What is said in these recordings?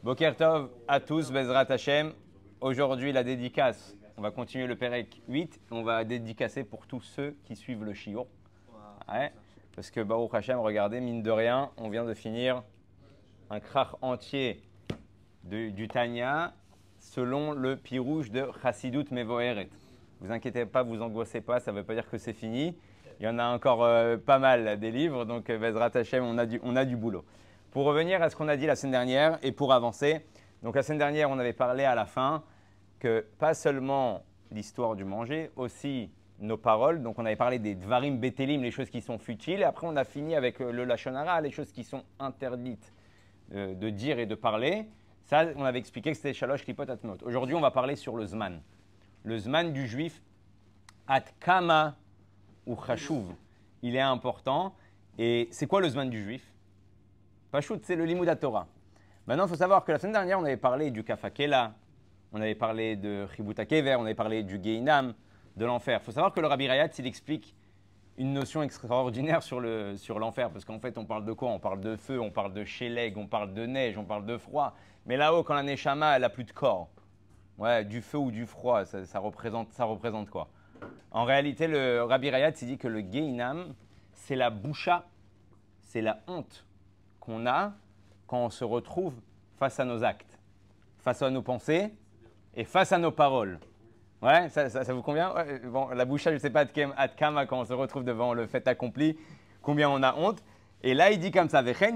Boker Tov à tous, Bezrat Hashem. Aujourd'hui, la dédicace. On va continuer le Pérec 8. On va dédicacer pour tous ceux qui suivent le Shiur. Ouais, parce que Baruch Hashem, regardez, mine de rien, on vient de finir un krach entier du Tanya selon le pirouge de Chassidut Mevoeret. Vous inquiétez pas, vous angoissez pas, ça ne veut pas dire que c'est fini. Il y en a encore pas mal des livres, donc Bezrat Hashem, on a du boulot. Pour revenir à ce qu'on a dit la semaine dernière et pour avancer, donc la semaine dernière, on avait parlé à la fin que pas seulement l'histoire du manger, aussi nos paroles. Donc on avait parlé des dvarim betelim, les choses qui sont futiles. Et après, on a fini avec le lashon hara, les choses qui sont interdites de dire et de parler. Ça, on avait expliqué que c'était shalosh klipot atmot. Aujourd'hui, on va parler sur le zman. Le zman du juif, at kama ou chashuv, il est important. Et c'est quoi le zman du juif? Pachout, c'est le limud Torah. Maintenant, il faut savoir que la semaine dernière, on avait parlé du kafakela, on avait parlé de chibut hakever, on avait parlé du geinam, de l'enfer. Il faut savoir que le Rabbi Rayatz, il explique une notion extraordinaire sur l'enfer, parce qu'en fait, on parle de quoi? On parle de feu, on parle de sheleg, on parle de neige, on parle de froid. Mais là-haut, quand la neshama, elle n'a plus de corps, ouais, du feu ou du froid, ça représente quoi? En réalité, le Rabbi Rayatz, il dit que le geinam, c'est la boucha, c'est la honte qu'on a quand on se retrouve face à nos actes, face à nos pensées et face à nos paroles. Ouais, ça vous convient? Ouais, bon, la boucha, je ne sais pas, Adkama, quand on se retrouve devant le fait accompli, combien on a honte. Et là, il dit comme ça, donc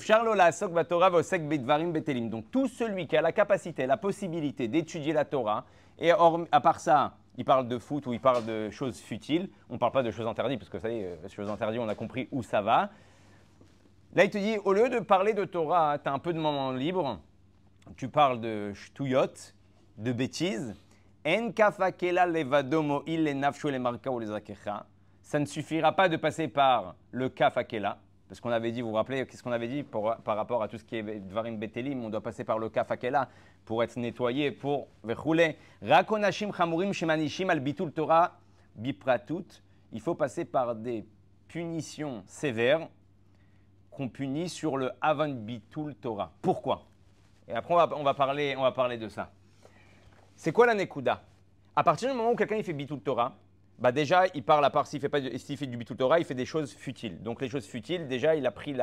tout celui qui a la capacité, la possibilité d'étudier la Torah, et à part ça, il parle de foot ou il parle de choses futiles, on ne parle pas de choses interdites, parce que ça y est, les choses interdites, on a compris où ça va. Là, il te dit, au lieu de parler de Torah, tu as un peu de moment libre, tu parles de shtuyot, de bêtises. Ça ne suffira pas de passer par le kafakela, parce qu'on avait dit, vous vous rappelez, qu'est-ce qu'on avait dit par rapport à tout ce qui est dvarim betelim, on doit passer par le kafakela pour être nettoyé, pour verrouler. Rakonashim chamurim shemanishim al bitul Torah bipratut. Il faut passer par des punitions sévères qu'on punit sur le Avan Bitul Torah. Pourquoi? Et après, on va parler de ça. C'est quoi la Nekuda? À partir du moment où quelqu'un il fait Bitul Torah, bah déjà, il parle à part s'il fait du Bitul Torah, il fait des choses futiles. Donc les choses futiles, déjà, il a pris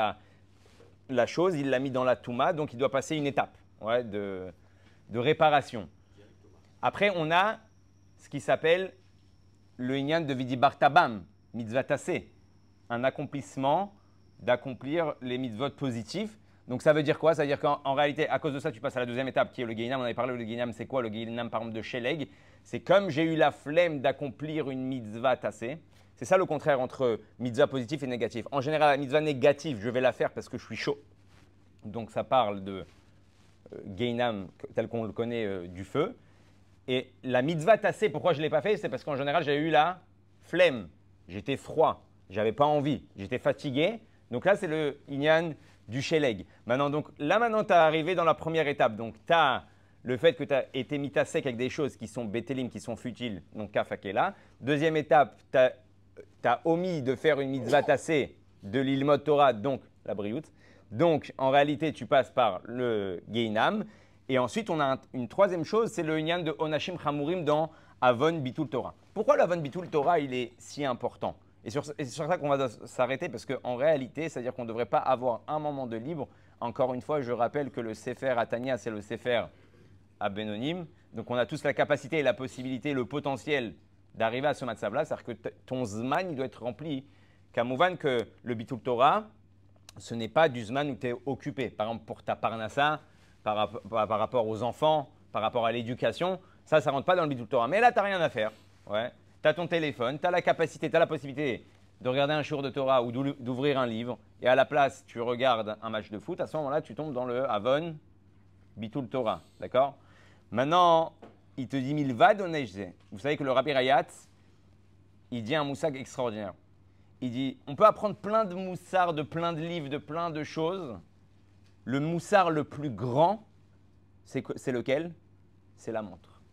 la chose, il l'a mis dans la Touma, donc il doit passer une étape de réparation. Après, on a ce qui s'appelle le Inyan de Vidi Bartabam, Mitzvah Tassé, un accomplissement d'accomplir les mitzvot positifs. Donc ça veut dire quoi? Ça veut dire qu'en réalité, à cause de ça, tu passes à la deuxième étape qui est le geinam. On avait parlé, le geinam, c'est quoi? Le geinam, par exemple, de sheleg. C'est comme j'ai eu la flemme d'accomplir une mitzvah tassée. C'est ça le contraire entre mitzvah positif et négatif. En général, la mitzvah négative, je vais la faire parce que je suis chaud. Donc ça parle de geinam tel qu'on le connaît du feu. Et la mitzvah tassée, pourquoi je ne l'ai pas fait? C'est parce qu'en général, j'ai eu la flemme. J'étais froid. J'avais pas envie. J'étais fatigué. Donc là, c'est le inyan du sheleg. Maintenant, tu es arrivé dans la première étape. Donc, tu as le fait que tu as été mis à sec avec des choses qui sont bétélim, qui sont futiles, donc kafakela. Deuxième étape, tu as omis de faire une mitzvah tassée de l'ilmod Torah, donc la briout. Donc, en réalité, tu passes par le geinam. Et ensuite, on a une troisième chose, c'est le inyan de onashim chamurim dans Avon Bitul Torah. Pourquoi l'Avon Bitul Torah, il est si important? Et c'est sur ça qu'on va s'arrêter, parce qu'en réalité, c'est-à-dire qu'on ne devrait pas avoir un moment de libre. Encore une fois, je rappelle que le Sefer Atania, c'est le Sefer Abenonim. Donc on a tous la capacité et la possibilité, le potentiel d'arriver à ce matzav-là. C'est-à-dire que ton zman, il doit être rempli. Kamouvan que le Bitul Torah, ce n'est pas du zman où tu es occupé. Par exemple, pour ta parnassa, par rapport aux enfants, par rapport à l'éducation, ça ne rentre pas dans le Bitul Torah. Mais là, tu n'as rien à faire. Ouais. Tu as ton téléphone, tu as la capacité, tu as la possibilité de regarder un shiur de Torah ou d'ouvrir un livre, et à la place, tu regardes un match de foot, à ce moment-là, tu tombes dans le Avon Bitul Torah. D'accord? Maintenant, il te dit Milvad onejze. Vous savez que le Rabbi Rayatz, il dit un moussag extraordinaire. Il dit on peut apprendre plein de moussards, de plein de livres, de plein de choses. Le moussard le plus grand, c'est lequel? C'est la montre.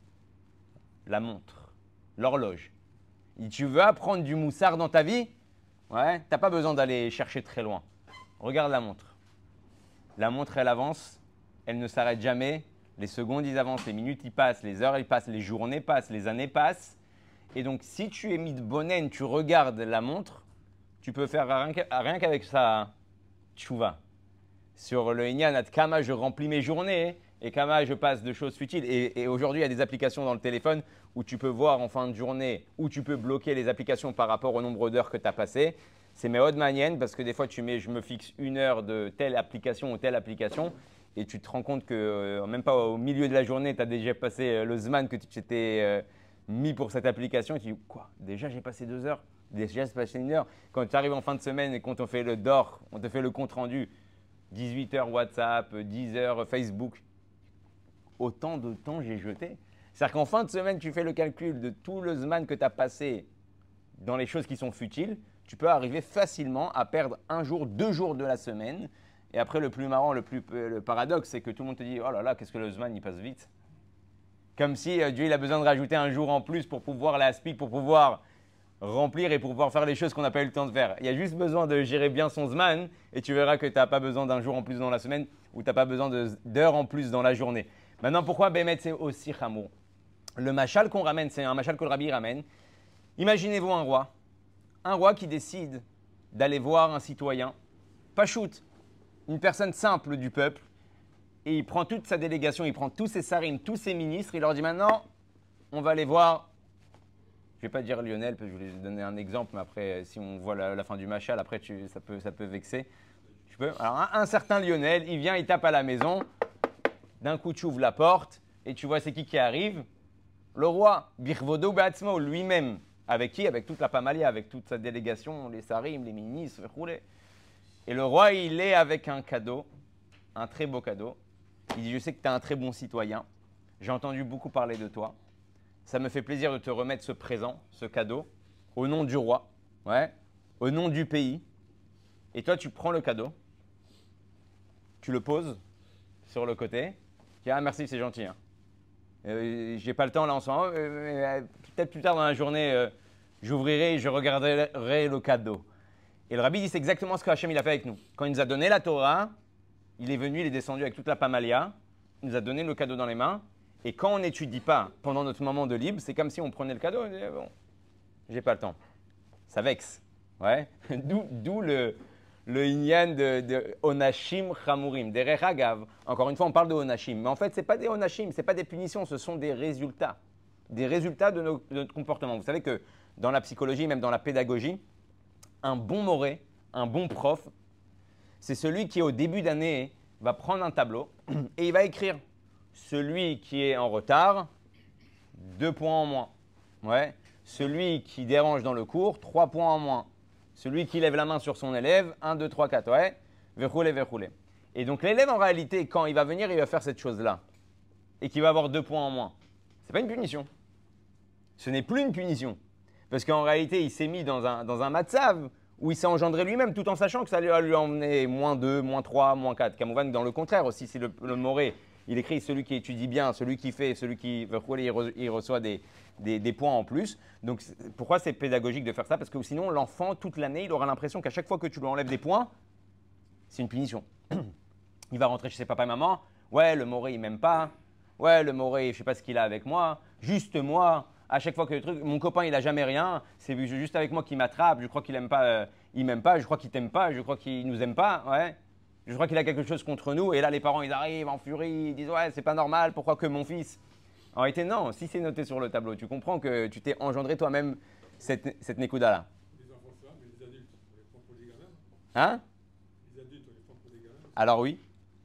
La montre. L'horloge. Et tu veux apprendre du moussard dans ta vie? Ouais, tu n'as pas besoin d'aller chercher très loin. Regarde la montre. La montre, elle avance, elle ne s'arrête jamais. Les secondes, ils avancent, les minutes, ils passent, les heures, ils passent, les journées passent, les années passent. Et donc, si tu es mis de bonne haine, tu regardes la montre, tu peux faire rien qu'avec ça, tchouva. Sur le Inyan, Kama, je remplis mes journées et Kama, je passe de choses futiles. Et aujourd'hui, il y a des applications dans le téléphone où tu peux voir en fin de journée, où tu peux bloquer les applications par rapport au nombre d'heures que tu as passées. C'est mes hautes maniennes parce que des fois, tu mets, je me fixe 1 heure de telle application ou telle application et tu te rends compte que même pas au milieu de la journée, tu as déjà passé le Zman que tu t'étais mis pour cette application et tu dis quoi? Déjà, j'ai passé 2 heures. Déjà, j'ai passé 1 heure. Quand tu arrives en fin de semaine et qu'on te fait le DOR, on te fait le compte rendu, 18 heures WhatsApp, 10 heures Facebook, autant de temps j'ai jeté. C'est-à-dire qu'en fin de semaine, tu fais le calcul de tout le Zman que tu as passé dans les choses qui sont futiles, tu peux arriver facilement à perdre 1 jour, 2 jours de la semaine. Et après, le plus marrant, le paradoxe, c'est que tout le monde te dit « Oh là là, qu'est-ce que le Zman, il passe vite !» Comme si Dieu il a besoin de rajouter 1 jour en plus pour pouvoir l'aspic, pour pouvoir remplir et pour pouvoir faire les choses qu'on n'a pas eu le temps de faire. Il y a juste besoin de gérer bien son Zman et tu verras que tu n'as pas besoin d'1 jour en plus dans la semaine ou tu n'as pas besoin d'heures en plus dans la journée. Maintenant, pourquoi Bémet, c'est aussi chamour? Le machal qu'on ramène, c'est un machal que le rabbi ramène. Imaginez-vous un roi qui décide d'aller voir un citoyen, pachout, une personne simple du peuple, et il prend toute sa délégation, il prend tous ses sarim, tous ses ministres, il leur dit maintenant, on va aller voir, je ne vais pas dire Lionel, parce que je voulais donner un exemple, mais après, si on voit la fin du machal, après, ça peut vexer. Alors, un certain Lionel, il vient, il tape à la maison, d'un coup, tu ouvres la porte, et tu vois c'est qui arrive? Le roi, Birvodo Batsmo, lui-même. Avec qui? Avec toute la pamalia, avec toute sa délégation, les sarim, les ministres, roulé. Et le roi, il est avec un cadeau, un très beau cadeau. Il dit, je sais que tu es un très bon citoyen. J'ai entendu beaucoup parler de toi. Ça me fait plaisir de te remettre ce présent, ce cadeau, au nom du roi, ouais, au nom du pays. Et toi, tu prends le cadeau, tu le poses sur le côté. Tu dis, ah merci, c'est gentil. Hein. J'ai pas le temps là en ce moment. Peut-être plus tard dans la journée, j'ouvrirai et je regarderai le cadeau. Et le rabbi dit, c'est exactement ce que Hachem il a fait avec nous. Quand il nous a donné la Torah, il est venu, il est descendu avec toute la pamalia, il nous a donné le cadeau dans les mains. Et quand on n'étudie pas pendant notre moment de libre, c'est comme si on prenait le cadeau et on disait, bon, j'ai pas le temps. Ça vexe. Ouais. D'où le inyan de Onashim Chamurim, des Rechagav. Encore une fois, on parle de Onashim. Mais en fait, ce n'est pas des Onashim, ce n'est pas des punitions, ce sont des résultats. Des résultats de notre comportement. Vous savez que dans la psychologie, même dans la pédagogie, un bon moré, un bon prof, c'est celui qui, au début d'année, va prendre un tableau et il va écrire celui qui est en retard, 2 points en moins. Ouais. Celui qui dérange dans le cours, 3 points en moins. Celui qui lève la main sur son élève, 1, 2, 3, 4. Ouais. Verroulé. Et donc l'élève, en réalité, quand il va venir, il va faire cette chose-là et qu'il va avoir 2 points en moins. Ce n'est pas une punition. Ce n'est plus une punition. Parce qu'en réalité, il s'est mis dans un matzav où il s'est engendré lui-même tout en sachant que ça va lui emmener -2, -3, -4. Kamouvan, dans le contraire aussi, c'est le moré. Il écrit celui qui étudie bien, celui qui fait, celui qui il reçoit des points en plus. Donc pourquoi c'est pédagogique de faire ça? Parce que sinon, l'enfant, toute l'année, il aura l'impression qu'à chaque fois que tu lui enlèves des points, c'est une punition. Il va rentrer chez ses papa et maman. Ouais, le moré, il m'aime pas. Ouais, le moré, je ne sais pas ce qu'il a avec moi. Juste moi. À chaque fois que le truc, mon copain, il n'a jamais rien. C'est juste avec moi qu'il m'attrape. Je crois qu'il n'aime pas. Il m'aime pas. Je crois qu'il t'aime pas. Je crois qu'il nous aime pas. Ouais. Je crois qu'il a quelque chose contre nous. Et là, les parents, ils arrivent en furie. Ils disent ouais, c'est pas normal. Pourquoi que mon fils? En réalité, non. Si c'est noté sur le tableau, tu comprends que tu t'es engendré toi-même cette Nekuda-là. Les enfants, ça, mais les adultes, on les prend pour des gamins. Hein? Les adultes, on les prend pour des gamins. Alors oui.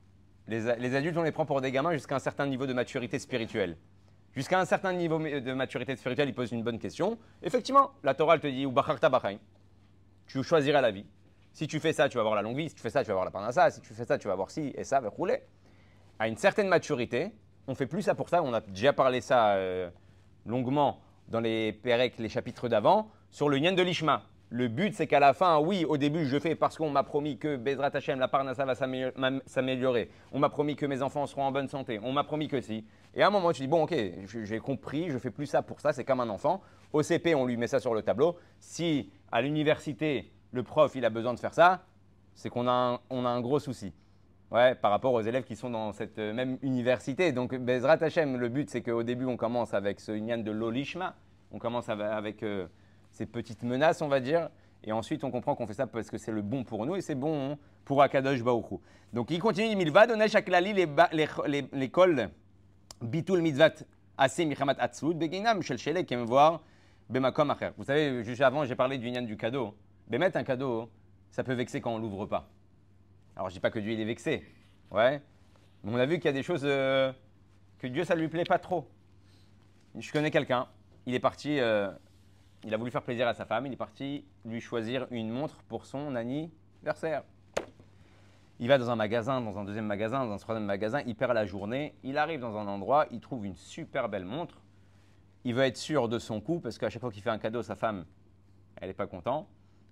Les adultes, on les prend pour des gamins jusqu'à un certain niveau de maturité spirituelle. Jusqu'à un certain niveau de maturité spirituelle, ils posent une bonne question. Effectivement, la Torah, elle te dit, ou bacharta bachaim, tu choisiras la vie. Si tu fais ça, tu vas avoir la longue vie. Si tu fais ça, tu vas avoir la parnassa. Si tu fais ça, tu vas avoir ci et ça, va rouler. À une certaine maturité, on fait plus ça pour ça. On a déjà parlé ça longuement dans les Pérec, les chapitres d'avant, sur le Nyan de l'Ishma. Le but, c'est qu'à la fin, oui, au début, je fais parce qu'on m'a promis que Bezrat Hashem, la parnassa va s'améliorer. On m'a promis que mes enfants seront en bonne santé. On m'a promis que si. Et à un moment, tu dis, bon, ok, j'ai compris, je fais plus ça pour ça, c'est comme un enfant. Au CP, on lui met ça sur le tableau. Si à l'université, le prof, il a besoin de faire ça, c'est qu'on a un gros souci. Ouais, par rapport aux élèves qui sont dans cette même université. Donc, Bezrat Hashem, le but, c'est qu'au début, on commence avec ce Inyan de l'Olishma. On commence avec ces petites menaces, on va dire. Et ensuite, on comprend qu'on fait ça parce que c'est le bon pour nous et c'est bon pour Akadosh Baruch Hu. Donc, il continue, Milvad, Onesh Aklali, l'école Bitul Mitzvat, Assez Michamat Atzlut, Beginam, Shel Shelek, qui aime voir Bemakom Acher. Vous savez, juste avant, j'ai parlé du Inyan du cadeau. Mettre un cadeau, ça peut vexer quand on ne l'ouvre pas. Alors, je ne dis pas que Dieu il est vexé, ouais. Mais on a vu qu'il y a des choses que Dieu, ça ne lui plaît pas trop. Je connais quelqu'un, il est parti, il a voulu faire plaisir à sa femme, il est parti lui choisir une montre pour son anniversaire. Il va dans un magasin, dans un deuxième magasin, dans un troisième magasin, il perd la journée, il arrive dans un endroit, il trouve une super belle montre, il veut être sûr de son coup, parce qu'à chaque fois qu'il fait un cadeau, sa femme, elle n'est pas contente.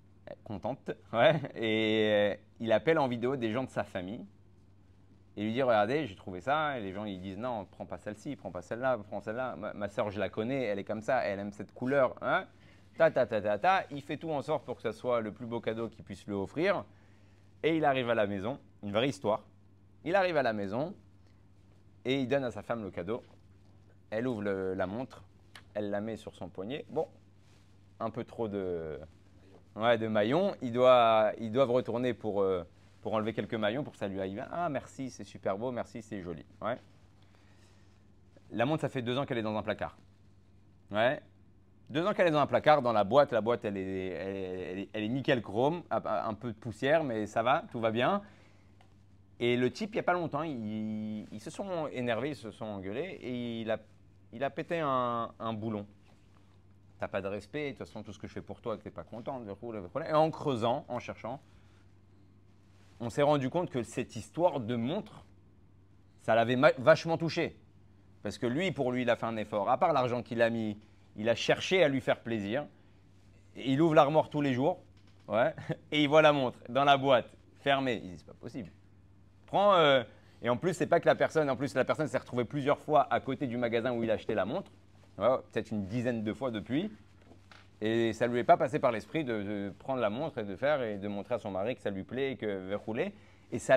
Ouais, et il appelle en vidéo des gens de sa famille et lui dit regardez, j'ai trouvé ça. Et les gens ils disent non, prends pas celle-ci, prends pas celle-là, prends celle-là. Ma soeur, je la connais, elle est comme ça, elle aime cette couleur. Hein. Il fait tout en sorte pour que ça soit le plus beau cadeau qu'il puisse lui offrir. Et il arrive à la maison, une vraie histoire. Il arrive à la maison et il donne à sa femme le cadeau. Elle ouvre la montre, elle la met sur son poignet. Bon, un peu trop de maillons. Ils doivent retourner pour enlever quelques maillons pour que ça lui aille bien. Ah, merci, c'est super beau, merci, c'est joli. Ouais. La montre, ça fait 2 ans qu'elle est dans un placard. Ouais. 2 ans qu'elle est dans un placard, dans la boîte. La boîte, elle est nickel chrome, un peu de poussière, mais ça va, tout va bien. Et le type, il n'y a pas longtemps, ils se sont énervés, ils se sont engueulés et il a pété un boulon. T'as pas de respect, de toute façon, tout ce que je fais pour toi, que t'es pas content. Et en creusant, en cherchant, on s'est rendu compte que cette histoire de montre, ça l'avait vachement touché. Parce que lui, pour lui, il a fait un effort. À part l'argent qu'il a mis, il a cherché à lui faire plaisir. Et il ouvre l'armoire tous les jours, ouais, et il voit la montre dans la boîte, fermée. Il dit, c'est pas possible. Et en plus, c'est pas que la personne s'est retrouvée plusieurs fois à côté du magasin où il a acheté la montre. Ouais, peut-être une dizaine de fois depuis. Et ça ne lui est pas passé par l'esprit de prendre la montre et de montrer à son mari que ça lui plaît et que veut rouler. Et ça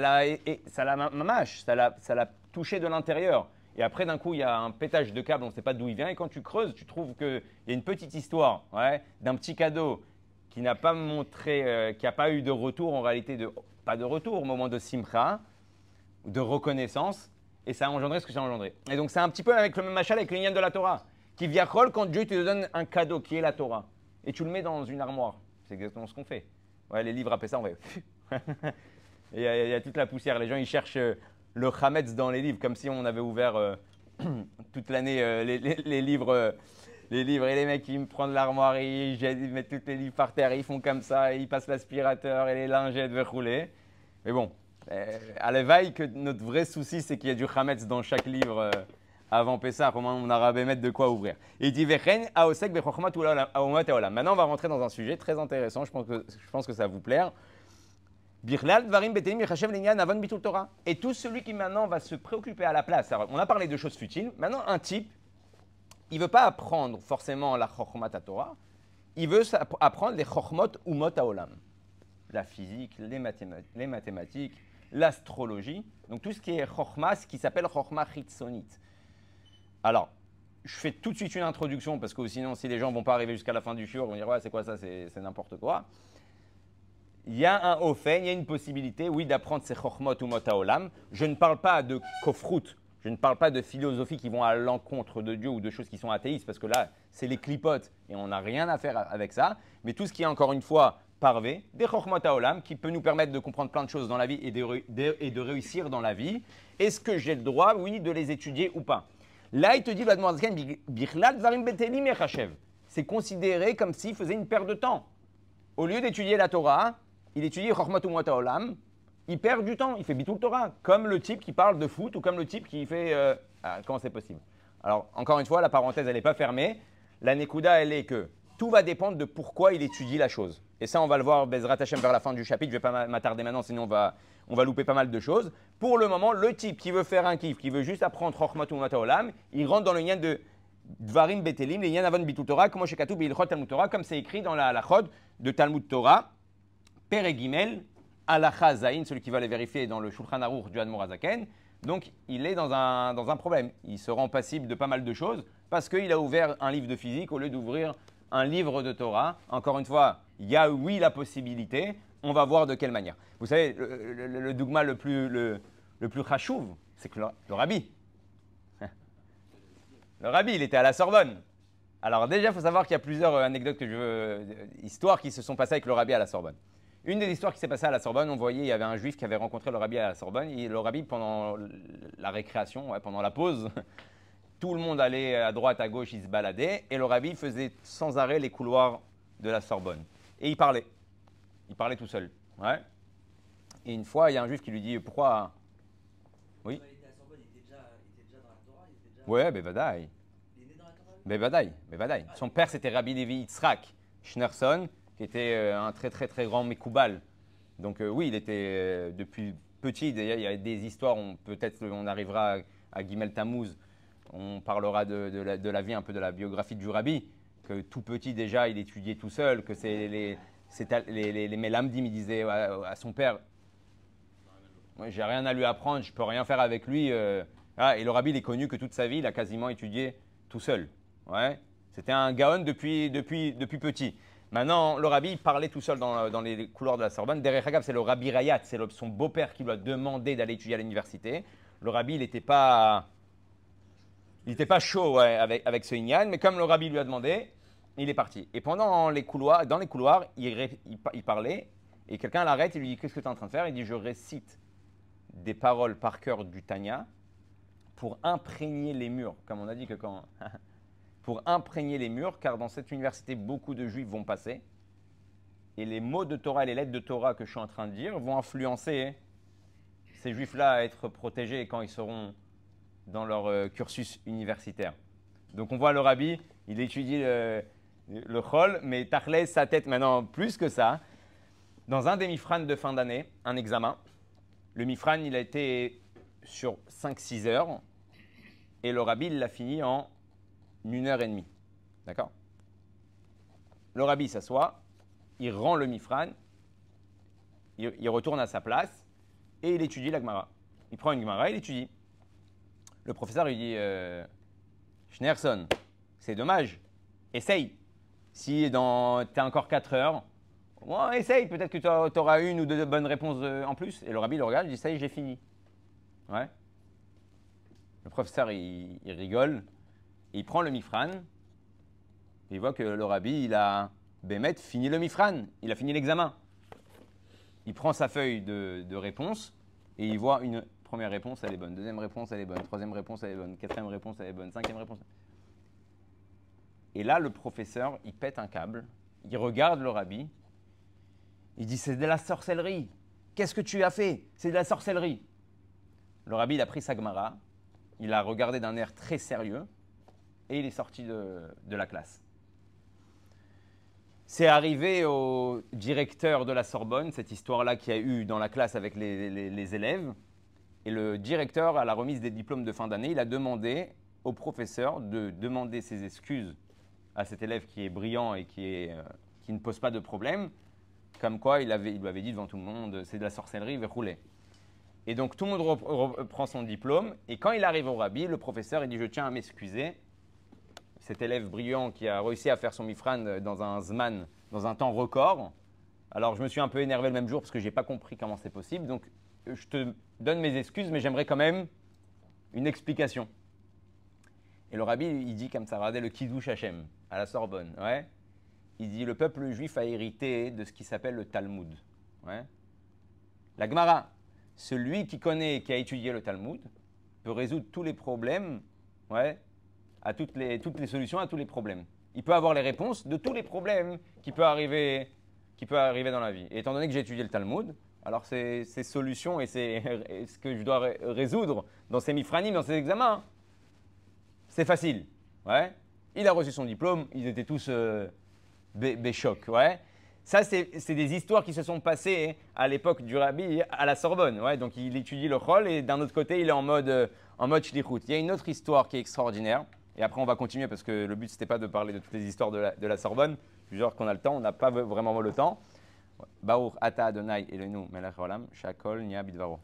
l'a touché de l'intérieur. Et après, d'un coup, il y a un pétage de câble, on ne sait pas d'où il vient. Et quand tu creuses, tu trouves qu'il y a une petite histoire d'un petit cadeau qui n'a pas montré, qui n'a pas eu de retour, en réalité, pas de retour au moment de Simcha, de reconnaissance. Et ça a engendré ce que ça a engendré. Et donc, c'est un petit peu avec le même machal avec l'Inyan de la Torah. Qui viachol quand Dieu te donne un cadeau qui est la Torah et tu le mets dans une armoire. C'est exactement ce qu'on fait. Ouais, les livres après ça, on va. Il y a toute la poussière. Les gens ils cherchent le chametz dans les livres comme si on avait ouvert toute l'année les livres. Les livres et les mecs ils me prennent l'armoire, ils mettent tous les livres par terre, ils font comme ça, ils passent l'aspirateur et les lingettes veulent rouler. Mais bon, à l'éveil que notre vrai souci c'est qu'il y a du chametz dans chaque livre. Avant Pessah, on a rabé mettre de quoi ouvrir. Et il dit Maintenant, on va rentrer dans un sujet très intéressant. Je pense que ça va vous plaire. Et tout celui qui maintenant va se préoccuper à la place. Alors, on a parlé de choses futiles. Maintenant, un type, il ne veut pas apprendre forcément la Chokhmat Torah. Il veut apprendre les Chokhmot Umot Haolam. La physique, les mathématiques, l'astrologie. Donc, tout ce qui est Chokhma, ce qui s'appelle Chokhma Chitzonit. Alors, je fais tout de suite une introduction parce que sinon, si les gens ne vont pas arriver jusqu'à la fin du shiur, ils vont dire ouais, c'est quoi ça, c'est n'importe quoi. Il y a un ofen, il y a une possibilité, oui, d'apprendre ces chokhmot ou mot haolam. Je ne parle pas de kofrout, je ne parle pas de philosophies qui vont à l'encontre de Dieu ou de choses qui sont athéistes parce que là, c'est les clipotes et on n'a rien à faire avec ça. Mais tout ce qui est encore une fois parvé, des chokhmot haolam qui peut nous permettre de comprendre plein de choses dans la vie et de réussir dans la vie. Est-ce que j'ai le droit, oui, de les étudier ou pas? Là, il te dit, c'est considéré comme s'il faisait une perte de temps. Au lieu d'étudier la Torah, il étudie Chokhmot Umot Haolam, il perd du temps, il fait Bitul Torah, comme le type qui parle de foot ou comme le type qui fait… comment c'est possible? Alors, encore une fois, la parenthèse, elle n'est pas fermée. La Nekuda, elle est que tout va dépendre de pourquoi il étudie la chose. Et ça, on va le voir, Bezrat Hashem, vers la fin du chapitre. Je ne vais pas m'attarder maintenant, sinon on va louper pas mal de choses. Pour le moment, le type qui veut faire un kiff, qui veut juste apprendre Chokhmot Umot Haolam, il rentre dans le lien de Dvarim Betelim, les liens Avon Bitul Torah, comme c'est écrit dans la Chod de Talmud Torah, Père Gimel, Halacha Zayin, celui qui va les vérifier dans le Shulchan Aruch du Admor Hazaken. Donc, il est dans un problème. Il se rend passible de pas mal de choses parce qu'il a ouvert un livre de physique au lieu d'ouvrir un livre de Torah. Encore une fois, il y a oui la possibilité. On va voir de quelle manière. Vous savez, le dogma le plus chachouv, c'est que le rabbi. Le rabbi, il était à la Sorbonne. Alors déjà, il faut savoir qu'il y a plusieurs anecdotes histoires qui se sont passées avec le rabbi à la Sorbonne. Une des histoires qui s'est passée à la Sorbonne, on voyait, il y avait un juif qui avait rencontré le rabbi à la Sorbonne. Et le rabbi, pendant la récréation, pendant la pause, tout le monde allait à droite, à gauche, il se baladait. Et le rabbi faisait sans arrêt les couloirs de la Sorbonne. Et il parlait. Il parlait tout seul. Ouais. Et une fois, il y a un juif qui lui dit, pourquoi... Oui. Quand il était à Sorbonne, il était déjà dans la Torah, il était déjà... Ouais, Bevadaï. Il est né dans la Torah. Bevadaï. Son père, c'était Rabbi Levi Yitzhak Schneerson, qui était un très très très grand Mekoubal. Donc oui, il était depuis petit. D'ailleurs, il y a des histoires, peut-être on arrivera à Gimel Tammuz, on parlera de la vie, un peu de la biographie du Rabbi, que tout petit déjà, il étudiait tout seul, que c'est les Melamdim, il disait à son père, moi, j'ai rien à lui apprendre, je peux rien faire avec lui. Et le Rabbi, il est connu que toute sa vie, il a quasiment étudié tout seul. Ouais. C'était un Gaon depuis petit. Maintenant, le Rabbi, il parlait tout seul dans les couloirs de la Sorbonne. Derech Hagav, c'est le Rabbi Rayat, c'est son beau-père qui lui a demandé d'aller étudier à l'université. Le Rabbi, il n'était pas chaud avec ce Inyan, mais comme le Rabbi lui a demandé, il est parti. Et dans les couloirs, il parlait, et quelqu'un l'arrête et lui dit, qu'est-ce que tu es en train de faire? Il dit, je récite des paroles par cœur du Tanya pour imprégner les murs, comme on a dit que pour imprégner les murs, car dans cette université, beaucoup de juifs vont passer, et les mots de Torah et les lettres de Torah que je suis en train de dire vont influencer ces juifs-là à être protégés quand ils seront dans leur cursus universitaire. Donc on voit le Rabbi, il étudie le Chol, mais Tachlès, sa tête maintenant plus que ça. Dans un des Mifran de fin d'année, un examen, le Mifran, il a été sur 5-6 heures, et le Rabbi, il l'a fini en 1h30. D'accord? Le Rabbi s'assoit, il rend le Mifran, il retourne à sa place, et il étudie la Gemara. Il prend une Gemara, il étudie. Le professeur lui dit Schneerson, c'est dommage, essaye. Si tu as encore 4 heures, essaye, peut-être que tu auras une ou deux bonnes réponses en plus. Et le Rabbi le regarde, il dit ça y est, j'ai fini. Ouais. Le professeur, il rigole, et il prend le Mifran, et il voit que le Rabbi, il a fini le Mifran, il a fini l'examen. Il prend sa feuille de réponse, et il voit une première réponse, elle est bonne. Deuxième réponse, elle est bonne. Troisième réponse, elle est bonne. Quatrième réponse, elle est bonne. Cinquième réponse. Et là, le professeur, il pète un câble. Il regarde le Rabbi. Il dit, c'est de la sorcellerie. Qu'est-ce que tu as fait? C'est de la sorcellerie. Le Rabbi, il a pris sa Gemara. Il a regardé d'un air très sérieux. Et il est sorti de la classe. C'est arrivé au directeur de la Sorbonne, cette histoire-là qu'il y a eu dans la classe avec les élèves. Et le directeur, à la remise des diplômes de fin d'année, il a demandé au professeur de demander ses excuses à cet élève qui est brillant et qui ne pose pas de problème, comme quoi il lui avait dit devant tout le monde, c'est de la sorcellerie, verroulé. Et donc tout le monde reprend son diplôme, et quand il arrive au Rabbi, le professeur il dit, je tiens à m'excuser, cet élève brillant qui a réussi à faire son mifran dans un zman, dans un temps record, alors je me suis un peu énervé le même jour parce que je n'ai pas compris comment c'est possible, donc je te donne mes excuses, mais j'aimerais quand même une explication. Et le Rabbi, il dit comme ça, regardez le Kiddush Hashem à la Sorbonne. Ouais. Il dit, le peuple juif a hérité de ce qui s'appelle le Talmud. Ouais. La Gemara, celui qui connaît et qui a étudié le Talmud peut résoudre tous les problèmes, ouais, à toutes les solutions à tous les problèmes. Il peut avoir les réponses de tous les problèmes qui peuvent arriver dans la vie. Et étant donné que j'ai étudié le Talmud, alors ces solutions et ce que je dois résoudre dans ces mifranim, dans ces examens, c'est facile. Ouais. Il a reçu son diplôme, ils étaient tous béchocs. Ouais. Ça, c'est des histoires qui se sont passées à l'époque du Rabbi à la Sorbonne. Ouais. Donc il étudie le Chol et d'un autre côté, il est en mode shlichut. Il y a une autre histoire qui est extraordinaire. Et après, on va continuer parce que le but, ce n'était pas de parler de toutes les histoires de la Sorbonne. Je jure qu'on a le temps, on n'a pas vraiment le temps. Baruch ata Adonai Elenu melech haolam, shakol nia bidvaro.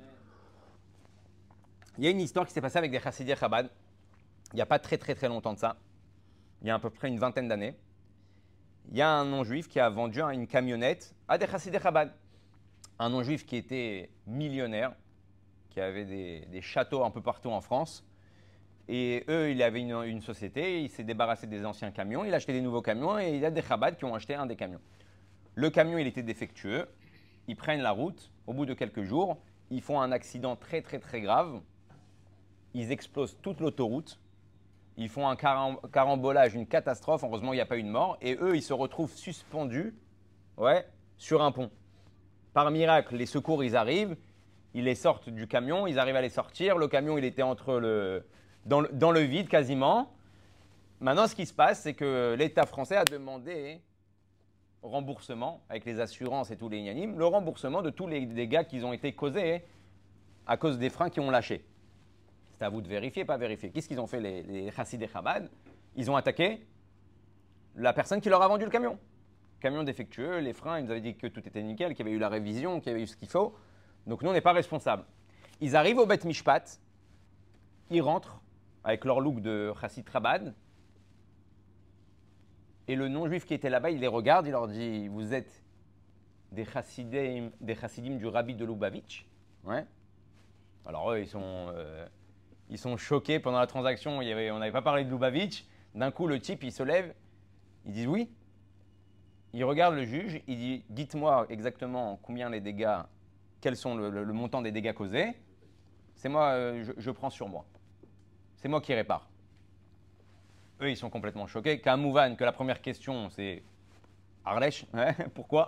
Il y a une histoire qui s'est passée avec des chassidés Chabad, il n'y a pas très longtemps de ça, il y a à peu près une vingtaine d'années. Il y a un non-juif qui a vendu une camionnette à des chassidés Chabad. Un non-juif qui était millionnaire, qui avait des châteaux un peu partout en France. Et eux, il avait une société, il s'est débarrassé des anciens camions, il a acheté des nouveaux camions et il y a des Chabad qui ont acheté un des camions. Le camion, il était défectueux, ils prennent la route, au bout de quelques jours, ils font un accident très grave, ils explosent toute l'autoroute, ils font un carambolage, une catastrophe, heureusement il n'y a pas eu de mort, et eux, ils se retrouvent suspendus sur un pont. Par miracle, les secours, ils arrivent, ils les sortent du camion, ils arrivent à les sortir, le camion, il était dans le vide quasiment. Maintenant, ce qui se passe, c'est que l'État français a demandé remboursement, avec les assurances et tous les yanimes, le remboursement de tous les dégâts qui ont été causés à cause des freins qui ont lâché. C'est à vous de vérifier, pas vérifier. Qu'est-ce qu'ils ont fait les chassidés Chabad? Ils ont attaqué la personne qui leur a vendu le camion. Camion défectueux, les freins, ils nous avaient dit que tout était nickel, qu'il y avait eu la révision, qu'il y avait eu ce qu'il faut. Donc nous, on n'est pas responsables. Ils arrivent au Bet Mishpat, ils rentrent avec leur look de chassid Chabad. Et le non-juif qui était là-bas, il les regarde, il leur dit « Vous êtes des chassidim du rabbi de Lubavitch ?» Ouais. Alors eux, ils sont choqués pendant la transaction. On n'avait pas parlé de Lubavitch. D'un coup, le type, il se lève. Il dit « Oui ». Il regarde le juge. Il dit « Dites-moi exactement combien les dégâts, quels sont le montant des dégâts causés. C'est moi, je prends sur moi. C'est moi qui répare. » Eux, ils sont complètement choqués. Kamouvan, que la première question, c'est Arlèche, pourquoi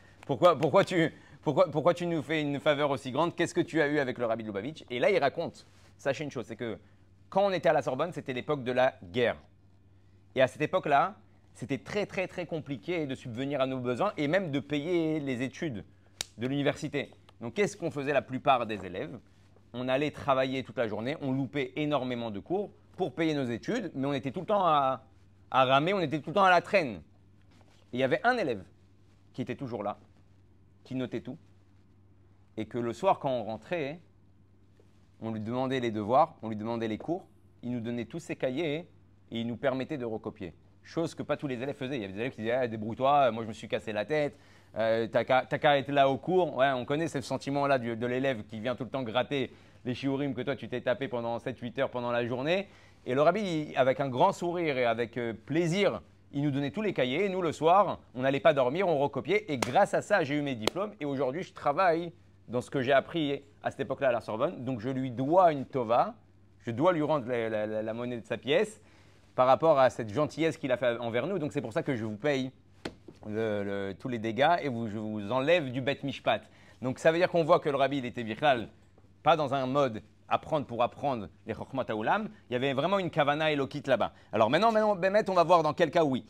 tu nous fais une faveur aussi grande? Qu'est-ce que tu as eu avec le rabbi de Lubavitch? Et là, il raconte, sachez une chose, c'est que quand on était à la Sorbonne, c'était l'époque de la guerre. Et à cette époque-là, c'était très compliqué de subvenir à nos besoins et même de payer les études de l'université. Donc, qu'est-ce qu'on faisait la plupart des élèves? On allait travailler toute la journée, on loupait énormément de cours pour payer nos études, mais on était tout le temps à ramer, on était tout le temps à la traîne. Et il y avait un élève qui était toujours là, qui notait tout, et que le soir, quand on rentrait, on lui demandait les devoirs, on lui demandait les cours, il nous donnait tous ses cahiers et il nous permettait de recopier. Chose que pas tous les élèves faisaient. Il y avait des élèves qui disaient débrouille-toi, moi je me suis cassé la tête, t'as qu'à être là au cours. Ouais, on connaît ce sentiment-là de l'élève qui vient tout le temps gratter les shiurim que toi tu t'es tapé pendant 7-8 heures pendant la journée. Et le rabbi, avec un grand sourire et avec plaisir, il nous donnait tous les cahiers. Et nous, le soir, on n'allait pas dormir, on recopiait. Et grâce à ça, j'ai eu mes diplômes. Et aujourd'hui, je travaille dans ce que j'ai appris à cette époque-là à la Sorbonne. Donc, je lui dois une tova. Je dois lui rendre la monnaie de sa pièce par rapport à cette gentillesse qu'il a fait envers nous. Donc, c'est pour ça que je vous paye tous les dégâts et je vous enlève du Bet Mishpat. Donc, ça veut dire qu'on voit que le rabbi, il était bichlal, pas dans un mode apprendre pour apprendre les Chokhmat Haolam. Il y avait vraiment une kavana elokit là-bas. Alors maintenant, Bémet, on va voir dans quel cas oui.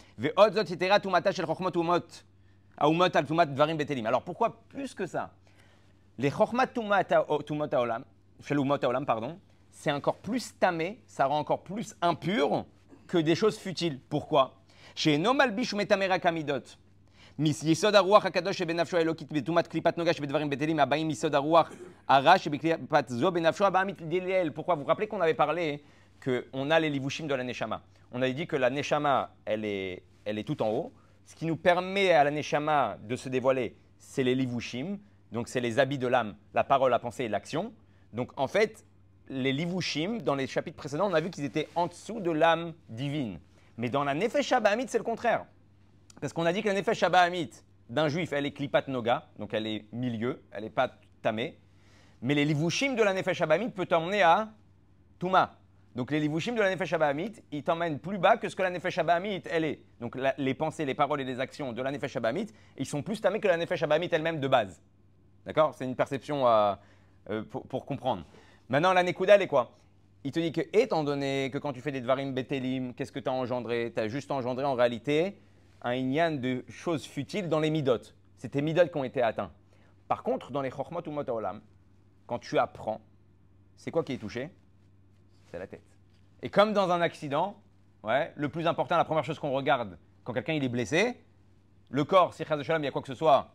Alors pourquoi plus que ça? Les Chokhmat Haolam, pardon, c'est encore plus tamé, ça rend encore plus impur que des choses futiles. Pourquoi? Chez Nomalbish ou Metamera Kamidot. מיסוד הרוח הקדוש שבנפשו האלוקית בטומאת קליפת נוגה שבדברים בטלים הבאים מיסוד הרוח הרע שבקליפת זו בנפשו הבאה מתדליל. Pourquoi? Vous vous rappelez qu'on avait parlé qu'on a les livushim de la neshama. On avait dit que la neshama, elle est tout en haut. Ce qui nous permet à la neshama de se dévoiler, c'est les livushim. Donc c'est les habits de l'âme, la parole, la pensée et l'action. Donc en fait, les livushim, dans les chapitres précédents, on a vu qu'ils étaient en dessous de l'âme divine. Mais dans la nefesh habahamit, c'est le contraire. Parce qu'on a dit que la nefesh habahamit d'un juif, elle est klipat noga, donc elle est milieu, elle n'est pas tamée. Mais les livushim de la nefesh habahamit peuvent t'emmener à Touma. Donc les livushim de la nefesh habahamit, ils t'emmènent plus bas que ce que la nefesh habahamit, elle est. Donc les pensées, les paroles et les actions de la nefesh habahamit, ils sont plus tamés que la nefesh habahamit elle-même de base. D'accord? C'est une perception pour comprendre. Maintenant, la nekuda, elle est quoi? Il te dit que, étant donné que quand tu fais des dvarim betelim, qu'est-ce que tu as engendré? Tu as juste engendré en réalité un inyan de choses futiles dans les midot. C'est tes midot qui ont été atteints. Par contre, dans les chokhmot ou mot haolam, quand tu apprends, c'est quoi qui est touché? C'est la tête. Et comme dans un accident, le plus important, la première chose qu'on regarde quand quelqu'un il est blessé, le corps, si chas de shalom, il y a quoi que ce soit,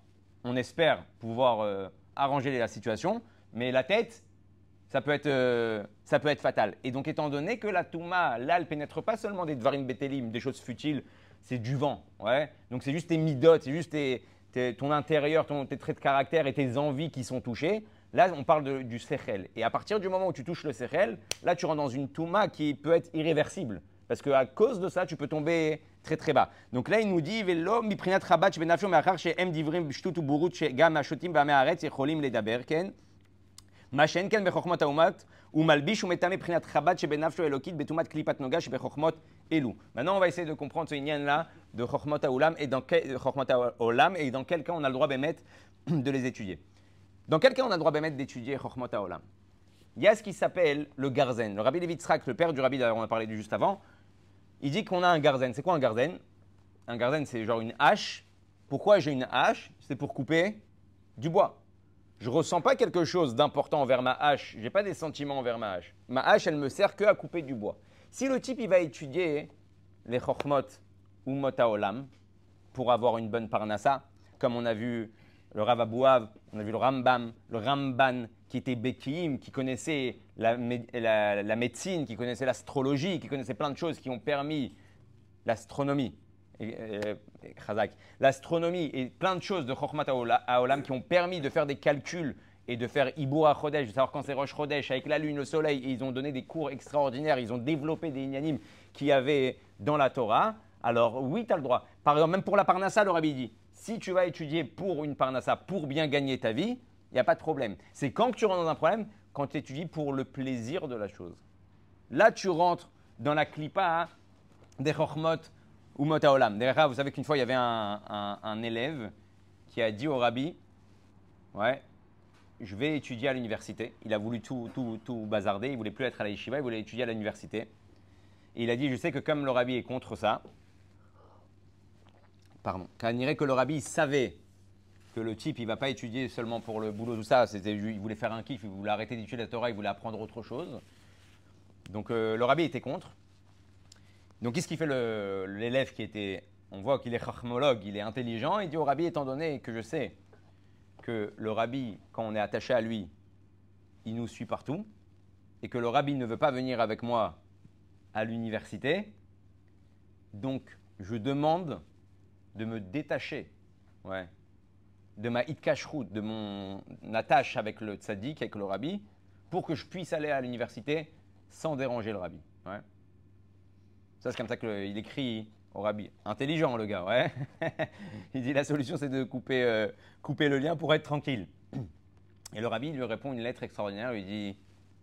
on espère pouvoir arranger la situation, mais la tête, ça peut être fatal. Et donc, étant donné que la Touma, là, elle ne pénètre pas seulement des Dvarim Betelim, des choses futiles, c'est du vent. Ouais. Donc, c'est juste tes midotes, c'est juste ton intérieur, tes traits de caractère et tes envies qui sont touchés. Là, on parle du Sechel. Et à partir du moment où tu touches le Sechel, là, tu rentres dans une Touma qui peut être irréversible. Parce qu'à cause de ça, tu peux tomber très très bas. Donc là, il nous dit Velo miprinat rabat benafsho meachar she'em divrim b'shtut uburut she'gam hashotim b'amei haaretz yecholim ledaber ken. מה שאין כן בחוכמות האומת, הוא מלביש ומטמא מבחינת חב"ד שבנפשו אלוקית בטומאת קליפת נוגה שבחוכמות אלו. Maintenant, on va essayer de comprendre ce inyan-là de Chokhmot HaOlam et dans quel cas on a le droit d'émettre de les étudier. Dans quel cas on a le droit d'émettre d'étudier Chokhmot HaOlam? Il y a ce qui s'appelle le Garzen. Le Rabbi Levi Tzrak, le père du Rabbi, d'ailleurs on a parlé du juste avant, il dit qu'on a un Garzen. C'est quoi un Garzen? Un Garzen, c'est genre une hache. Pourquoi j'ai une hache? C'est pour couper du bois. Je ne ressens pas quelque chose d'important envers ma hache. Je n'ai pas des sentiments envers ma hache. Ma hache, elle me sert que à couper du bois. Si le type, il va étudier les Chokhmot ou Mot HaOlam pour avoir une bonne parnassa, comme on a vu le Rav Abouav, on a vu le Rambam, le Ramban, qui était Bekiim, qui connaissait la médecine, qui connaissait l'astrologie, qui connaissait plein de choses qui ont permis l'astronomie. L'astronomie et plein de choses de Chokhmot HaOlam qui ont permis de faire des calculs et de faire Ibour HaChodesh, de savoir quand c'est Rosh Chodesh, avec la lune, le soleil, et ils ont donné des cours extraordinaires, ils ont développé des inyanim qu'il y avait dans la Torah. Alors oui, tu as le droit. Par exemple, même pour la parnassa, le Rabbi dit, si tu vas étudier pour une parnassa, pour bien gagner ta vie, il n'y a pas de problème. C'est quand que tu rentres dans un problème, quand tu étudies pour le plaisir de la chose. Là, tu rentres dans la klipa des Chokhmot ou Mot HaOlam. D'ailleurs, vous savez qu'une fois, il y avait un élève qui a dit au Rabbi, ouais, je vais étudier à l'université. Il a voulu tout bazarder, il ne voulait plus être à la yeshiva, il voulait étudier à l'université. Et il a dit, je sais que comme le Rabbi est contre ça, quand on dirait que le Rabbi savait que le type, il ne va pas étudier seulement pour le boulot, tout ça, il voulait faire un kiff, il voulait arrêter d'étudier la Torah, il voulait apprendre autre chose. Donc le Rabbi était contre. Donc, qu'est-ce qu'il fait l'élève qui était, on voit qu'il est chachmologue, il est intelligent, il dit au Rabbi, étant donné que je sais que le Rabbi, quand on est attaché à lui, il nous suit partout, et que le Rabbi ne veut pas venir avec moi à l'université, donc je demande de me détacher de ma hitkashrut, de mon attache avec le tzaddik, avec le Rabbi, pour que je puisse aller à l'université sans déranger le Rabbi. Ouais. Ça, c'est comme ça qu'il écrit au Rabbi. Intelligent, le gars, ouais. Il dit la solution, c'est de couper le lien pour être tranquille. Et le Rabbi lui répond une lettre extraordinaire. Il dit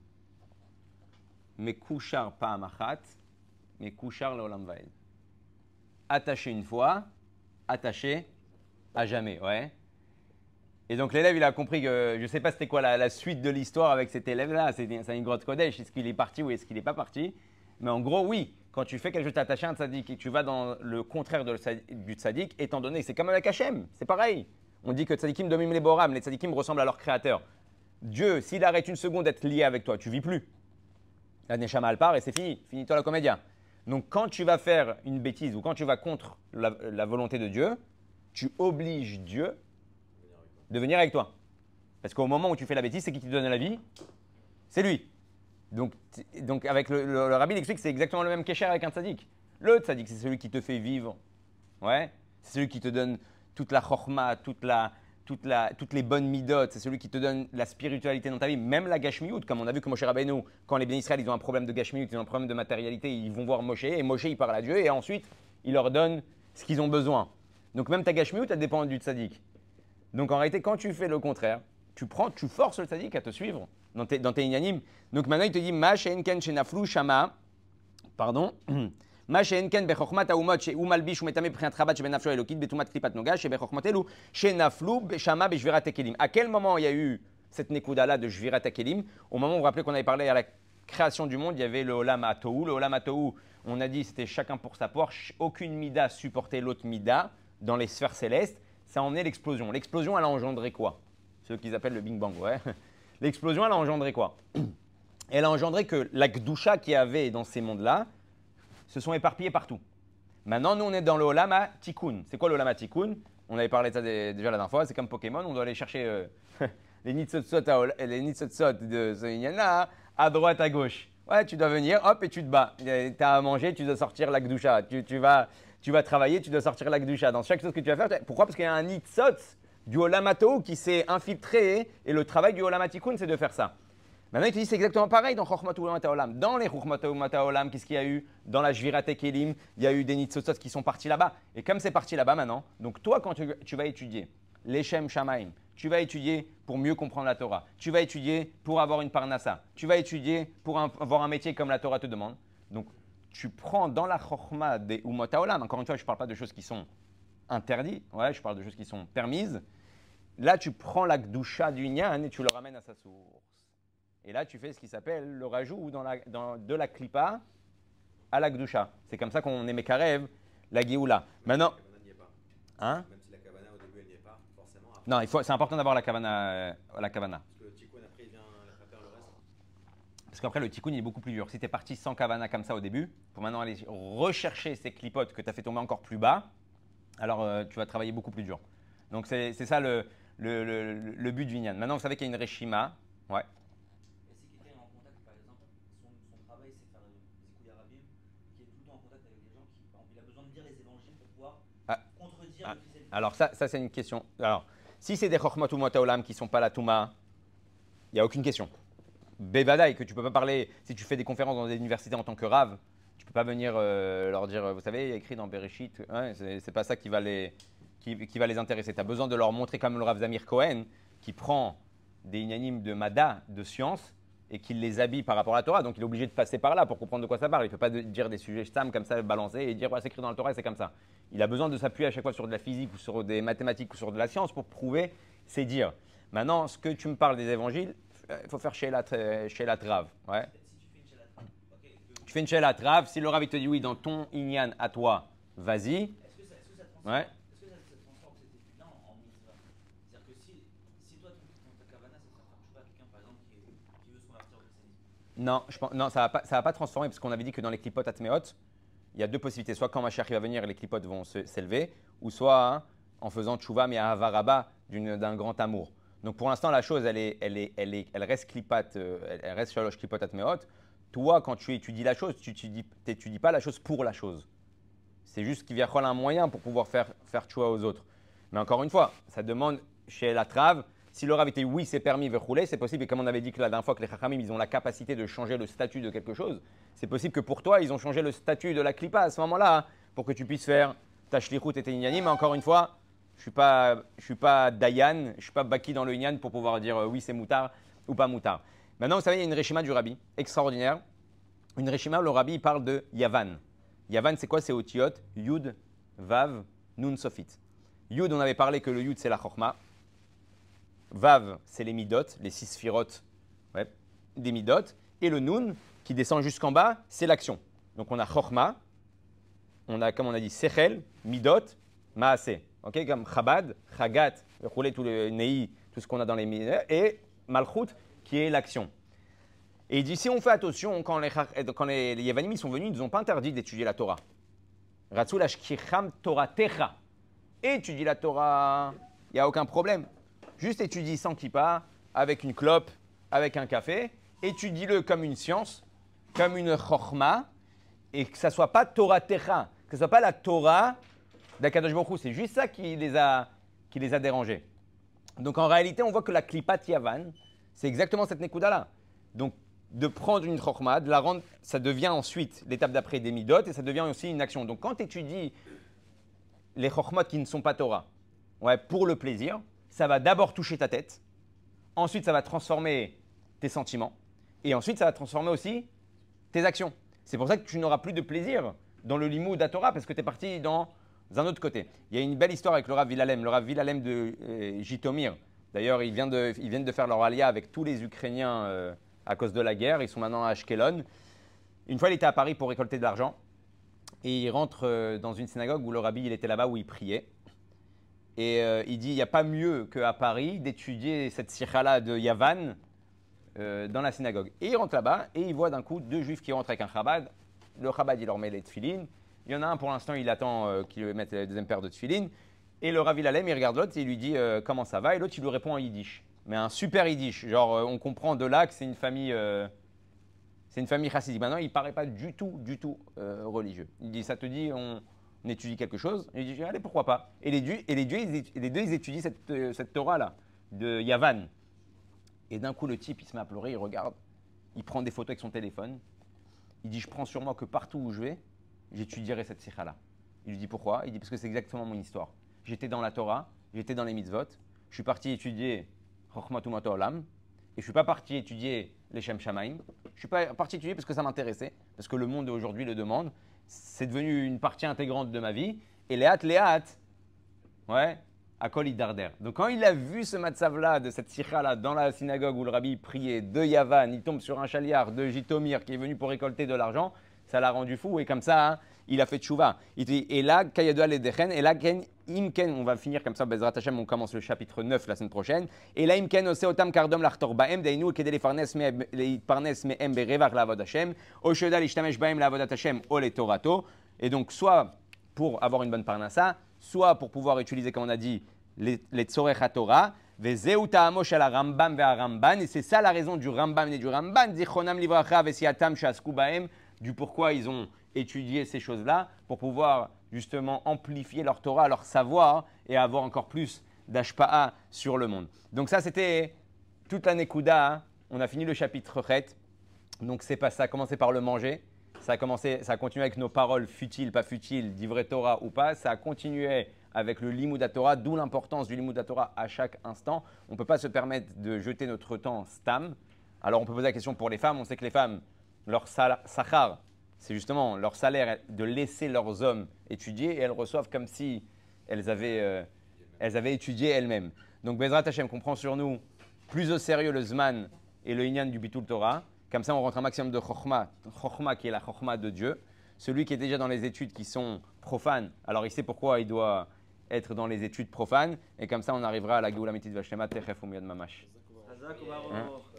Mekouchar pa'amachat, Mekouchar leolam vaed. Attaché une fois, attaché à jamais, ouais. Et donc l'élève, il a compris que, je ne sais pas c'était quoi la suite de l'histoire avec cet élève-là. C'est une grotte Kodesh. Est-ce qu'il est parti ou est-ce qu'il n'est pas parti? Mais en gros, oui. Quand tu fais quelque chose, tu t'attaches à un tzaddik et que tu vas dans le contraire du tzaddik, étant donné que c'est comme avec Hachem, c'est pareil. On dit que tzaddikim domim les boram, les tzaddikim ressemblent à leur créateur. Dieu, s'il arrête une seconde d'être lié avec toi, tu vis plus. La neshama elle part et c'est fini, finito la comédia. Donc quand tu vas faire une bêtise ou quand tu vas contre la volonté de Dieu, tu obliges Dieu de venir avec toi. Parce qu'au moment où tu fais la bêtise, c'est qui te donne la vie? C'est lui. Donc avec le Rabbi, il explique que c'est exactement le même kécher avec un tzaddik. Le tzaddik, c'est celui qui te fait vivre. Ouais. C'est celui qui te donne toute la chorma, toutes les bonnes midot. C'est celui qui te donne la spiritualité dans ta vie. Même la gashmiout, comme on a vu que Moshe Rabbeinu, quand les bénis Israël, ils ont un problème de gashmiout, ils ont un problème de matérialité, ils vont voir Moshe. Et Moshe, il parle à Dieu. Et ensuite, il leur donne ce qu'ils ont besoin. Donc même ta gashmiout, elle dépend du tzaddik. Donc en réalité, quand tu fais le contraire, tu forces le tzaddik à te suivre dans tes inyanim. Donc maintenant, il te dit Ma she'enken shenaflu shama. Pardon. Ma she'enken bechokmat haumot she'u malbish umetame b'chinat chabat shebenafsho elokit betumat klipat noga shebechokmat elu shenaflu shama b'shvirat hakelim. À quel moment il y a eu cette nekuda-là de shvirat hakelim? Au moment où vous vous rappelez qu'on avait parlé à la création du monde, il y avait le olam hatohu. Le olam hatohu, on a dit c'était chacun pour sa poche. Aucune mida supportait l'autre mida dans les sphères célestes. Ça a emmené l'explosion. L'explosion, elle a engendré quoi? Ce qu'ils appellent le Big Bang, ouais. L'explosion, elle a engendré quoi? Elle a engendré que la Gdusha qu'il y avait dans ces mondes-là se sont éparpillés partout. Maintenant, nous, on est dans le Olama Tikkun. C'est quoi le Olama Tikkun? On avait parlé de ça déjà la dernière fois. C'est comme Pokémon, on doit aller chercher les Nitsotsot de ce Inyan-là à droite, à gauche. Ouais, tu dois venir, hop, et tu te bats. Tu as à manger, tu dois sortir la Gdusha. Tu vas travailler, tu dois sortir la Gdusha. Dans chaque chose que tu vas faire, pourquoi? Parce qu'il y a un Nitzot du Olamato qui s'est infiltré et le travail du Olamatikun, c'est de faire ça. Maintenant, il te dit c'est exactement pareil dans Chokhmatou Mataolam. Dans les Chokhmatou Mataolam, qu'est-ce qu'il y a eu? Dans la Jvirate Kelim, il y a eu des Nitzotzot qui sont partis là-bas. Et comme c'est parti là-bas maintenant, donc toi, quand tu vas étudier les Shem Shamaim, tu vas étudier pour mieux comprendre la Torah. Tu vas étudier pour avoir une parnassa. Tu vas étudier pour avoir un métier comme la Torah te demande. Donc, tu prends dans la Chokhma des Umotaolam, encore une fois, je ne parle pas de choses qui sont interdites, ouais, je parle de choses qui sont permises. Là, tu prends la Gdusha du Nyan et tu le ramènes à sa source. Et là, tu fais ce qui s'appelle le rajout de la Klippa à la Gdusha. C'est comme ça qu'on aimait Karev, la Géoula. Maintenant, hein? Même si la Kavana au début elle n'y est pas, forcément. Après, Non, c'est important d'avoir la Kavana. parce que le Tikkun après il vient faire le reste. Parce qu'après, le tikkun il est beaucoup plus dur. Si tu es parti sans Kavana comme ça au début, pour maintenant aller rechercher ces clipotes que tu as fait tomber encore plus bas, alors tu vas travailler beaucoup plus dur. Donc c'est ça le but du Vinyan. Maintenant, vous savez qu'il y a une Reshima. Ouais. Et si quelqu'un est en contact, par exemple, son travail c'est de faire des Zikouya Rabim, qui est tout le temps en contact avec des gens qui, par exemple, il a besoin de lire les évangiles pour pouvoir contredire le Christianisme. Alors ça c'est une question. Alors, si c'est des Chokhmat ou Motaolam qui ne sont pas la Touma, il n'y a aucune question. Bevadaï, que tu ne peux pas parler, si tu fais des conférences dans des universités en tant que Rav, tu ne peux pas venir leur dire, vous savez, il y a écrit dans Bereshit, hein, c'est pas ça qui va les intéresser. Tu as besoin de leur montrer comme le Rav Zamir Cohen, qui prend des inanimes de Mada, de science, et qui les habille par rapport à la Torah. Donc il est obligé de passer par là pour comprendre de quoi ça parle. Il ne peut pas dire des sujets stam comme ça, balancer et dire, ouais, c'est écrit dans la Torah, c'est comme ça. Il a besoin de s'appuyer à chaque fois sur de la physique ou sur des mathématiques ou sur de la science pour prouver ses dires. Maintenant, ce que tu me parles des évangiles, il faut faire chez la Trav. Ouais. Si tu fais une chalatra, ok. Tu fais une chez la Trav, si le Rav il te dit oui, dans ton Inyan à toi, vas-y. Est-ce que ça transforme, Ouais. est-ce que ça transforme cette étude-là en mitzvah? C'est-à-dire que si toi, ta kavana, c'est de faire tchouva à quelqu'un, par exemple, qui veut se convertir au christianisme. Non, ça ne va pas transformer parce qu'on avait dit que dans les clipotes Atmeot, il y a deux possibilités. Soit quand Mashiach va venir, les clipotes vont s'élever, ou soit hein, en faisant tchouva mais à Havaraba d'un grand amour. Donc pour l'instant, la chose, elle reste clipat, elle reste shalosh clipot Atmeot. Toi, quand tu étudies la chose, tu n'étudies pas la chose pour la chose. C'est juste qu'il y a un moyen pour pouvoir faire tchouva aux autres. Mais encore une fois, ça demande chez la trave, si le Rav était oui, c'est permis, verroulé, c'est possible. Et comme on avait dit que la dernière fois que les Chachamim, ils ont la capacité de changer le statut de quelque chose, c'est possible que pour toi, ils ont changé le statut de la clipa à ce moment-là, hein, pour que tu puisses faire ta shlichut et tes inyanim. Mais encore une fois, je suis pas Dayan, je suis pas Baki dans le inyan pour pouvoir dire oui, c'est moutard ou pas moutard. Maintenant, vous savez, il y a une Reshima du Rabbi, extraordinaire. Une Reshima où le Rabbi parle de Yavan. Yavan, c'est quoi? C'est Otiot, Yud, Vav, Nun, Sofit. Yud, on avait parlé que le Yud, c'est la Chokhma. Vav, c'est les Midot, les 6 sphirotes des Midot. Et le Nun, qui descend jusqu'en bas, c'est l'action. Donc on a Chokhma, on a, comme on a dit, Sechel, Midot, Maaseh. Okay, comme Chabad, Chagat, rouler tout le Nei, tout ce qu'on a dans les Midot, et Malchut, qui est l'action. Et il dit, si on fait attention, quand les Yavanim sont venus, ils ne nous ont pas interdit d'étudier la Torah. Ratzul ashkicham Toratecha. Étudie la Torah, il n'y a aucun problème. Juste étudie sans kippa, avec une clope, avec un café. Étudie-le comme une science, comme une chokhma, et que ça ne soit pas Toratecha, que ce ne soit pas la Torah d'Akadosh Baruch Hu. C'est juste ça qui les a dérangés. Donc en réalité, on voit que la Klipat Yavan, c'est exactement cette Nekuda-là. Donc de prendre une chokhma, de la rendre, ça devient ensuite l'étape d'après des midot et ça devient aussi une action. Donc quand tu étudies les chokhmot qui ne sont pas Torah, pour le plaisir, ça va d'abord toucher ta tête, ensuite ça va transformer tes sentiments et ensuite ça va transformer aussi tes actions. C'est pour ça que tu n'auras plus de plaisir dans le limoud à Torah parce que tu es parti dans un autre côté. Il y a une belle histoire avec le Rav Vilalem de Jitomir. D'ailleurs, ils viennent de faire leur alia avec tous les Ukrainiens à cause de la guerre. Ils sont maintenant à Ashkelon. Une fois, il était à Paris pour récolter de l'argent. Et il rentre dans une synagogue où le rabbi il était là-bas, où il priait. Et il dit, il n'y a pas mieux qu'à Paris d'étudier cette sikha-là de Yavan dans la synagogue. Et il rentre là-bas et il voit d'un coup 2 juifs qui rentrent avec un chabad. Le chabad, il leur met les tefilines. Il y en a un, pour l'instant, il attend qu'il lui mette la deuxième paire de tefilines. Et le Rav Ilalem, il regarde l'autre et il lui dit comment ça va? Et l'autre, il lui répond en yiddish. Mais un super yiddish. Genre, on comprend de là que c'est une famille chassidique. Maintenant, il ne paraît pas du tout religieux. Il dit, ça te dit, on étudie quelque chose? Il dit, allez, pourquoi pas? Et les deux, ils étudient cette Torah-là, de Yavan. Et d'un coup, le type, il se met à pleurer, il regarde, il prend des photos avec son téléphone. Il dit, je prends sur moi que partout où je vais, j'étudierai cette sikha-là. Il lui dit, pourquoi? Il dit, parce que c'est exactement mon histoire. J'étais dans la Torah, j'étais dans les mitzvot, je suis parti étudier Chochmat Umat Olam, et je ne suis pas parti étudier les Shem Shamaim. Je suis pas parti étudier parce que ça m'intéressait, parce que le monde aujourd'hui le demande. C'est devenu une partie intégrante de ma vie. Et Léat, ouais, à Kol Idarder. Donc quand il a vu ce matzav-là, de cette sikha-là, dans la synagogue où le rabbi priait de Yavan, il tombe sur un chaliard de Jitomir qui est venu pour récolter de l'argent, ça l'a rendu fou. Et comme ça, hein, il a fait tchouva. Et là, Kayado al-Edechen, et là, Imken, on va finir comme ça, Bezrat Hashem, on commence le chapitre 9 la semaine prochaine. Et là, Imken, Oseotam Kardom Lartor Baem, Dainu, Kedele Farnes Mehem Berevach Lavod Hashem, Osheda Lishtamesh Baem Lavod Hashem, Ole Torato. Et donc, soit pour avoir une bonne parnassa, soit pour pouvoir utiliser, comme on a dit, les Tzorech HaTorah, Vezeu Ta'amosh ala Rambam ve'a Ramban. Et c'est ça la raison du Rambam et du Ramban, Zichronam Livracha Vesiatam Shasku Baem, du pourquoi ils ont étudier ces choses-là pour pouvoir justement amplifier leur Torah, leur savoir et avoir encore plus d'ashpa'a sur le monde. Donc ça, c'était toute la Nekuda. Hein. On a fini le chapitre Chet. Donc c'est pas ça a commencé par le manger. Ça a continué avec nos paroles futiles, pas futiles, d'ivrei Torah ou pas. Ça a continué avec le Limud Torah, d'où l'importance du Limud Torah à chaque instant. On ne peut pas se permettre de jeter notre temps stam. Alors on peut poser la question pour les femmes. On sait que les femmes, leur sachar, c'est justement leur salaire de laisser leurs hommes étudier et elles reçoivent comme si elles avaient étudié elles-mêmes. Donc Bezrat Hashem comprend sur nous plus au sérieux le Zman et le Inyan du Bitul Torah. Comme ça, on rentre un maximum de Chochma qui est la Chochma de Dieu. Celui qui est déjà dans les études qui sont profanes, alors il sait pourquoi il doit être dans les études profanes. Et comme ça, on arrivera à la Geoula Mitit Vashlema Techef Umyad Mamash.